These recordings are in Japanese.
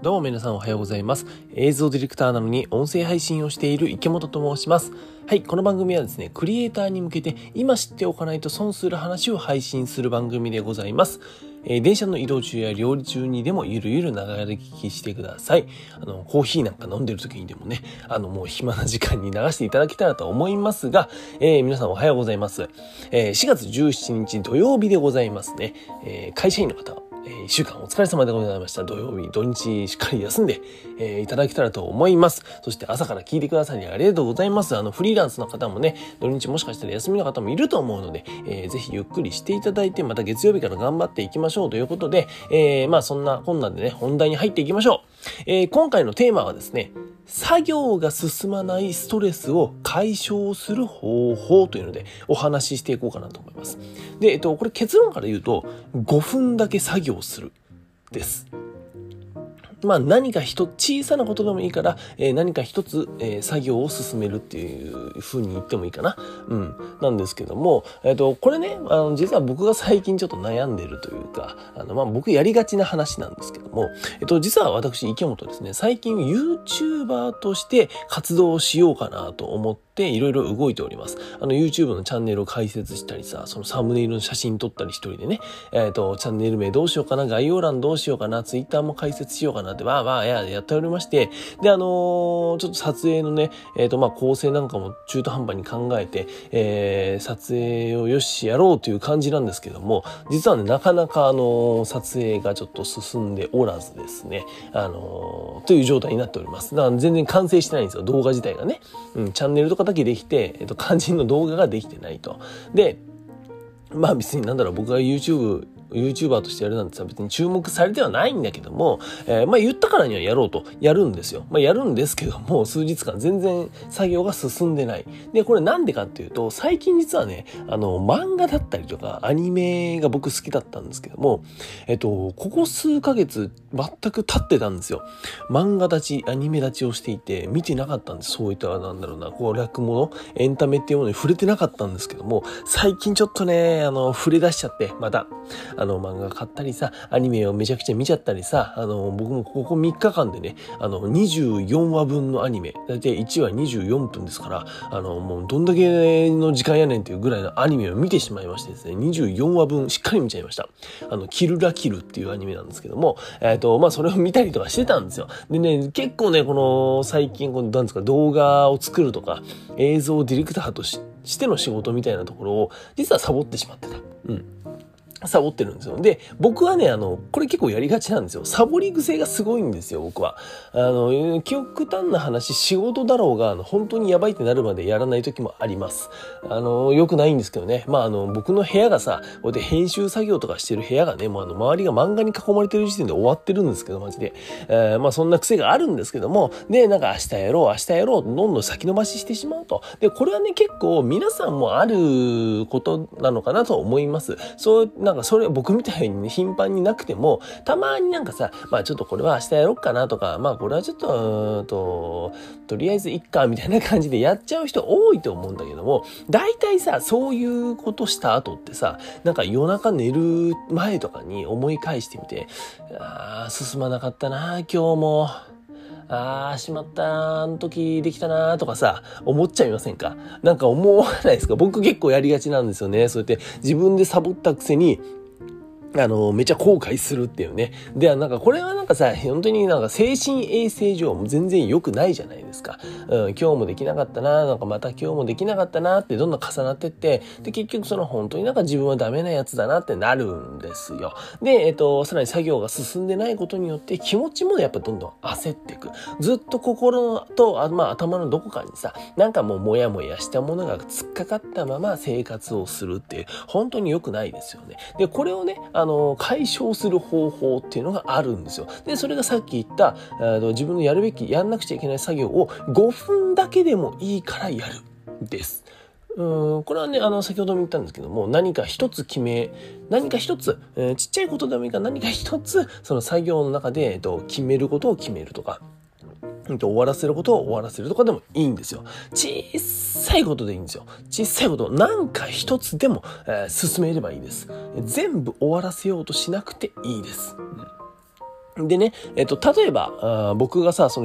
どうも皆さんおはようございます。映像ディレクターなのに音声配信をしている池本と申します。はい、この番組はですね、クリエイターに向けて今知っておかないと損する話を配信する番組でございます。電車の移動中や料理中にでもゆるゆるながら聞きしてください。コーヒーなんか飲んでる時にでもね、もう暇な時間に流していただけたらと思いますが、皆さんおはようございます。4月17日土曜日でございますね。会社員の方、1週間お疲れ様でございました。土曜日、土日しっかり休んで、いただけたらと思います。そして朝から聞いてくださりありがとうございます。フリーランスの方もね、土日もしかしたら休みの方もいると思うので、ぜひゆっくりしていただいて、また月曜日から頑張っていきましょうということで、そんなこんなんでね、本題に入っていきましょう。今回のテーマはですね、作業が進まないストレスを解消する方法というのでお話ししていこうかなと思います。で、これ結論から言うと5分だけ作業するです。何か小さなことでもいいから、何か一つ、作業を進めるっていう風に言ってもいいかな。なんですけども、これね、実は僕が最近ちょっと悩んでるというか、僕やりがちな話なんですけども、実は私、池本ですね、最近 YouTuber として活動をしようかなと思っていろいろ動いております。YouTube のチャンネルを開設したりさ、そのサムネイルの写真撮ったり一人でね、チャンネル名どうしようかな、概要欄どうしようかな、Twitter も開設しようかなって、やっておりまして、で、ちょっと撮影のね、構成なんかも中途半端に考えて、撮影をよしやろうという感じなんですけども、実はね、なかなか撮影がちょっと進んでおらずですね、という状態になっております。だから全然完成してないんですよ、動画自体がね。チャンネルとかだけできて、肝心の動画ができてないと。で、別に僕がYouTuber としてやるなんてさ、別に注目されてはないんだけども、言ったからにはやろうと、やるんですよ。やるんですけども、数日間全然作業が進んでない。で、これなんでかっていうと、最近実はね、漫画だったりとか、アニメが僕好きだったんですけども、ここ数ヶ月、全く経ってたんですよ。漫画立ち、アニメ立ちをしていて、見てなかったんです。そういった、略物、エンタメっていうものに触れてなかったんですけども、最近ちょっとね、触れ出しちゃって、また、漫画買ったりさ、アニメをめちゃくちゃ見ちゃったりさ、僕もここ3日間でね、24話分のアニメ、だいたい1話24分ですから、もうどんだけの時間やねんっていうぐらいのアニメを見てしまいましてですね、24話分しっかり見ちゃいました。キルラキルっていうアニメなんですけども、それを見たりとかしてたんですよ。でね、結構ね、最近、動画を作るとか、映像ディレクターとしての仕事みたいなところを、実はサボってしまってた。サボってるんですよ。で、僕はね、これ結構やりがちなんですよ。サボり癖がすごいんですよ、僕は。極端な話、仕事だろうが、本当にやばいってなるまでやらない時もあります。良くないんですけどね。僕の部屋がさ、こうやって編集作業とかしてる部屋がね、もう周りが漫画に囲まれてる時点で終わってるんですけど、マジで。そんな癖があるんですけども、で、明日やろう、どんどん先延ばししてしまうと。で、これはね、結構皆さんもあることなのかなと思います。それ僕みたいにね、頻繁になくても、たまにちょっとこれは明日やろうかなとか、これはちょっと、とりあえずいっか、みたいな感じでやっちゃう人多いと思うんだけども、大体さ、そういうことした後ってさ、夜中寝る前とかに思い返してみて、進まなかったな、今日も。しまった、あの時できたなとかさ、思っちゃいませんか？思わないですか？僕結構やりがちなんですよね。そうやって自分でサボったくせに、めっちゃ後悔するっていうね。で、これは本当に精神衛生上も全然良くないじゃないですか。今日もできなかったな、また今日もできなかったなってどんどん重なってって、で、結局本当に自分はダメなやつだなってなるんですよ。で、さらに作業が進んでないことによって気持ちもやっぱどんどん焦っていく。ずっと心と、頭のどこかにさ、もうもやもやしたものが突っかかったまま生活をするっていう、本当に良くないですよね。で、これをね、解消する方法っていうのがあるんですよ。で、それがさっき言った、自分のやんなくちゃいけない作業を5分だけでもいいからやるです。これはね、先ほども言ったんですけども、何か一つ、ちっちゃいことでもいいから何か一つ、その作業の中で、決めることを決めるとか、終わらせることを終わらせるとかでもいいんですよ。小さいことでいいんですよ。小さいこと、なんか一つでも、進めればいいです。全部終わらせようとしなくていいです。 でね、例えば、僕がさ、その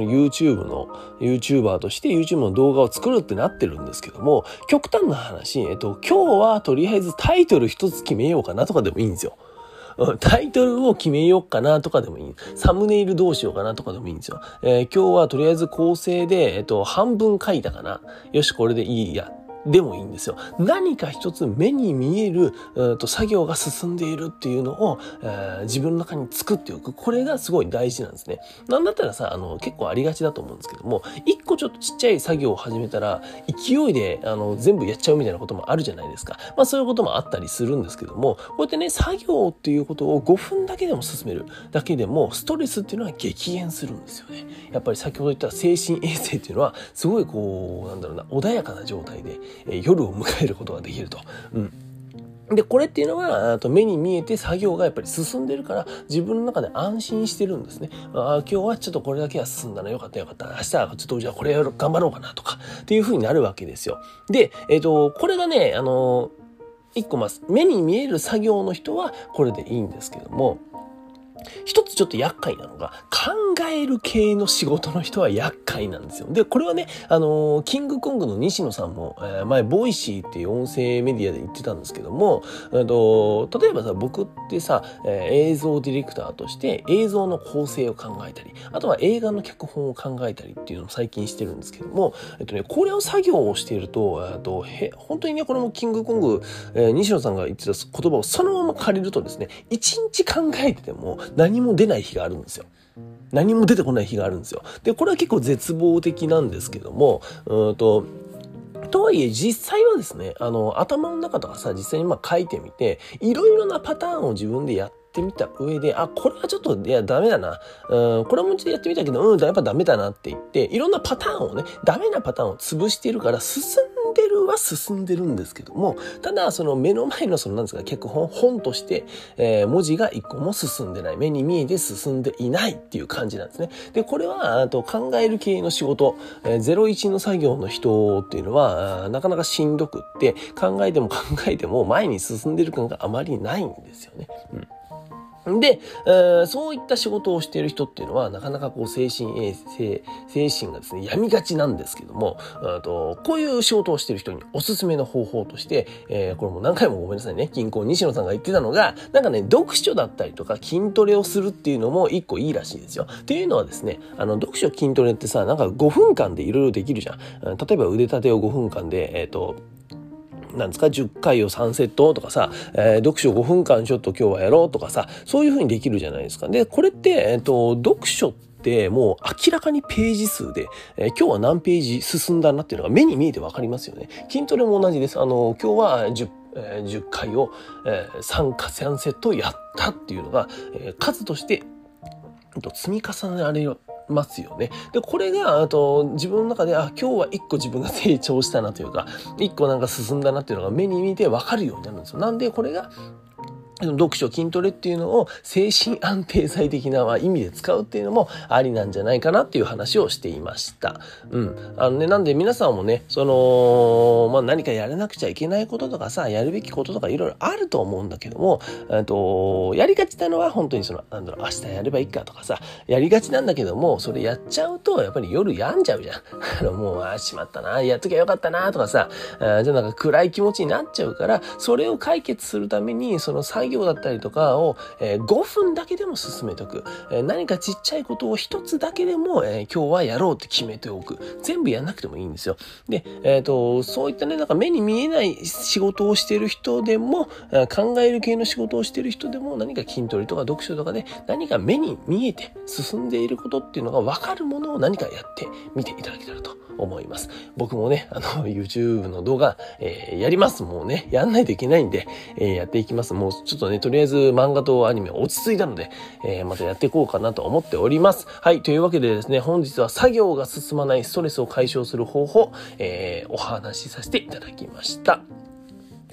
YouTuber として YouTube の動画を作るってなってるんですけども、極端な話、今日はとりあえずタイトル一つ決めようかなとかでもいいんですよ。タイトルを決めようかなとかでもいい。サムネイルどうしようかなとかでもいいんですよ。今日はとりあえず構成で、半分書いたかな。よし、これでいいや。でもいいんですよ。何か一つ目に見える、作業が進んでいるっていうのを、自分の中に作っておく。これがすごい大事なんですね。なんだったらさ、結構ありがちだと思うんですけども、一個ちょっとちっちゃい作業を始めたら、勢いで、全部やっちゃうみたいなこともあるじゃないですか。まあそういうこともあったりするんですけども、こうやってね、作業っていうことを5分だけでも進めるだけでも、ストレスっていうのは激減するんですよね。やっぱり先ほど言った精神衛生っていうのは、すごい穏やかな状態で、夜を迎えることができると。で、これっていうのは、目に見えて作業がやっぱり進んでるから、自分の中で安心してるんですね。今日はちょっとこれだけは進んだな、よかった。明日はちょっとじゃあこれ頑張ろうかなとか、っていう風になるわけですよ。で、これがね、一個目に見える作業の人はこれでいいんですけども、一つちょっと厄介なのが、考える系の仕事の人は厄介なんですよ。で、これはね、キングコングの西野さんも、前、ボイシーっていう音声メディアで言ってたんですけども、例えばさ、僕ってさ、映像ディレクターとして映像の構成を考えたり、あとは映画の脚本を考えたりっていうのを最近してるんですけども、これを作業をしていると、本当にね、これもキングコング、西野さんが言ってた言葉をそのまま借りるとですね、一日考えてても、何も出ない日があるんですよ。何も出てこない日があるんですよ。で、これは結構絶望的なんですけども、とはいえ実際はですね、頭の中とかさ、実際に書いてみて、いろいろなパターンを自分でやってみた上で、これはちょっと、ダメだな。これもちょっとやってみたけど、やっぱダメだなって言って、いろんなパターンをね、ダメなパターンを潰しているから進んでるんですけども、ただその目の前のなんですか、脚本として、文字が一個も進んでない、目に見えて進んでいないっていう感じなんですね。で、これは考える系の仕事、01の作業の人っていうのはなかなかしんどくって、考えても前に進んでる感があまりないんですよね。で、そういった仕事をしている人っていうのはなかなか精神がですね、病みがちなんですけども、こういう仕事をしている人におすすめの方法として、これも何回もごめんなさいね、近郊西野さんが言ってたのが、なんかね、読書だったりとか筋トレをするっていうのも一個いいらしいですよ。っていうのはですね、読書筋トレってさ、なんか5分間でいろいろできるじゃん。例えば腕立てを5分間で、なんですか、10回を3セットとかさ、読書5分間ちょっと今日はやろうとかさ、そういう風にできるじゃないですか。で、これって、読書ってもう明らかにページ数で、今日は何ページ進んだなっていうのが目に見えてわかりますよね。筋トレも同じです。今日は10回を、3セットやったっていうのが、数として積み重ねられますよね。で、これが、自分の中で、今日は一個自分が成長したなというか、一個なんか進んだなっていうのが目に見て分かるようになるんですよ。なんで、これが、読書筋トレっていうのを精神安定剤的な意味で使うっていうのもありなんじゃないかなっていう話をしていました。なんで皆さんもね、何かやらなくちゃいけないこととかさ、やるべきこととかいろいろあると思うんだけども、やりがちなのは本当に明日やればいいかとかさ、やりがちなんだけども、それやっちゃうとやっぱり夜病んじゃうじゃん。もう、しまったな、やっときゃよかったなとかさ、じゃあなんか暗い気持ちになっちゃうから、それを解決するために、作業だったりとかを、5分だけでも進めておく。何かちっちゃいことを一つだけでも、今日はやろうって決めておく。全部やんなくてもいいんですよ。で、そういったね、なんか目に見えない仕事をしている人でも、考える系の仕事をしている人でも、何か筋トレとか読書とかで何か目に見えて進んでいることっていうのが分かるものを何かやってみていただけたらと思います。僕もね、YouTube の動画、やります。もうね、やんないといけないんで、やっていきます。もうちょっとね、とりあえず漫画とアニメ落ち着いたので、またやっていこうかなと思っております。はい、というわけでですね、本日は作業が進まないストレスを解消する方法、お話しさせていただきました。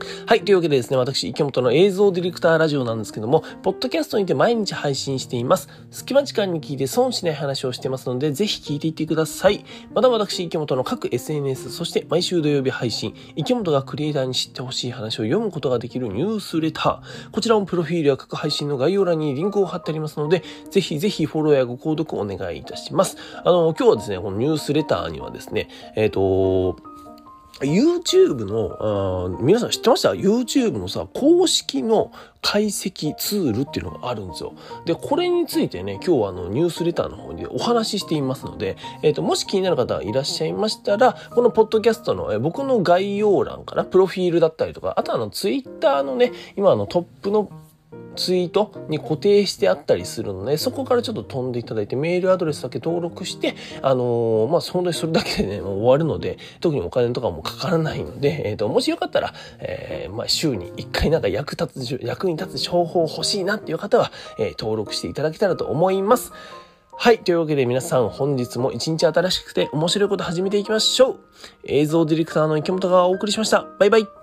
はい。というわけでですね、私、池本の映像ディレクターラジオなんですけども、ポッドキャストにて毎日配信しています。隙間時間に聞いて損しない話をしてますので、ぜひ聞いていってください。また私、池本の各 SNS、そして毎週土曜日配信、池本がクリエイターに知ってほしい話を読むことができるニュースレター。こちらもプロフィールや各配信の概要欄にリンクを貼ってありますので、ぜひぜひフォローやご購読お願いいたします。今日はですね、このニュースレターにはですね、YouTube の、皆さん知ってました？ YouTube のさ、公式の解析ツールっていうのがあるんですよ。で、これについてね、今日はニュースレターの方でお話ししていますので、もし気になる方がいらっしゃいましたら、このポッドキャストの、僕の概要欄から、プロフィールだったりとか、あとTwitter のね、今トップのツイートに固定してあったりするので、そこからちょっと飛んでいただいて、メールアドレスだけ登録して、本当にそれだけでね、もう終わるので、特にお金とかもかからないので、もしよかったら、週に1回なんか役に立つ情報欲しいなっていう方は、登録していただけたらと思います。はい。というわけで皆さん本日も一日新しくて面白いこと始めていきましょう。映像ディレクターの池本がお送りしました。バイバイ。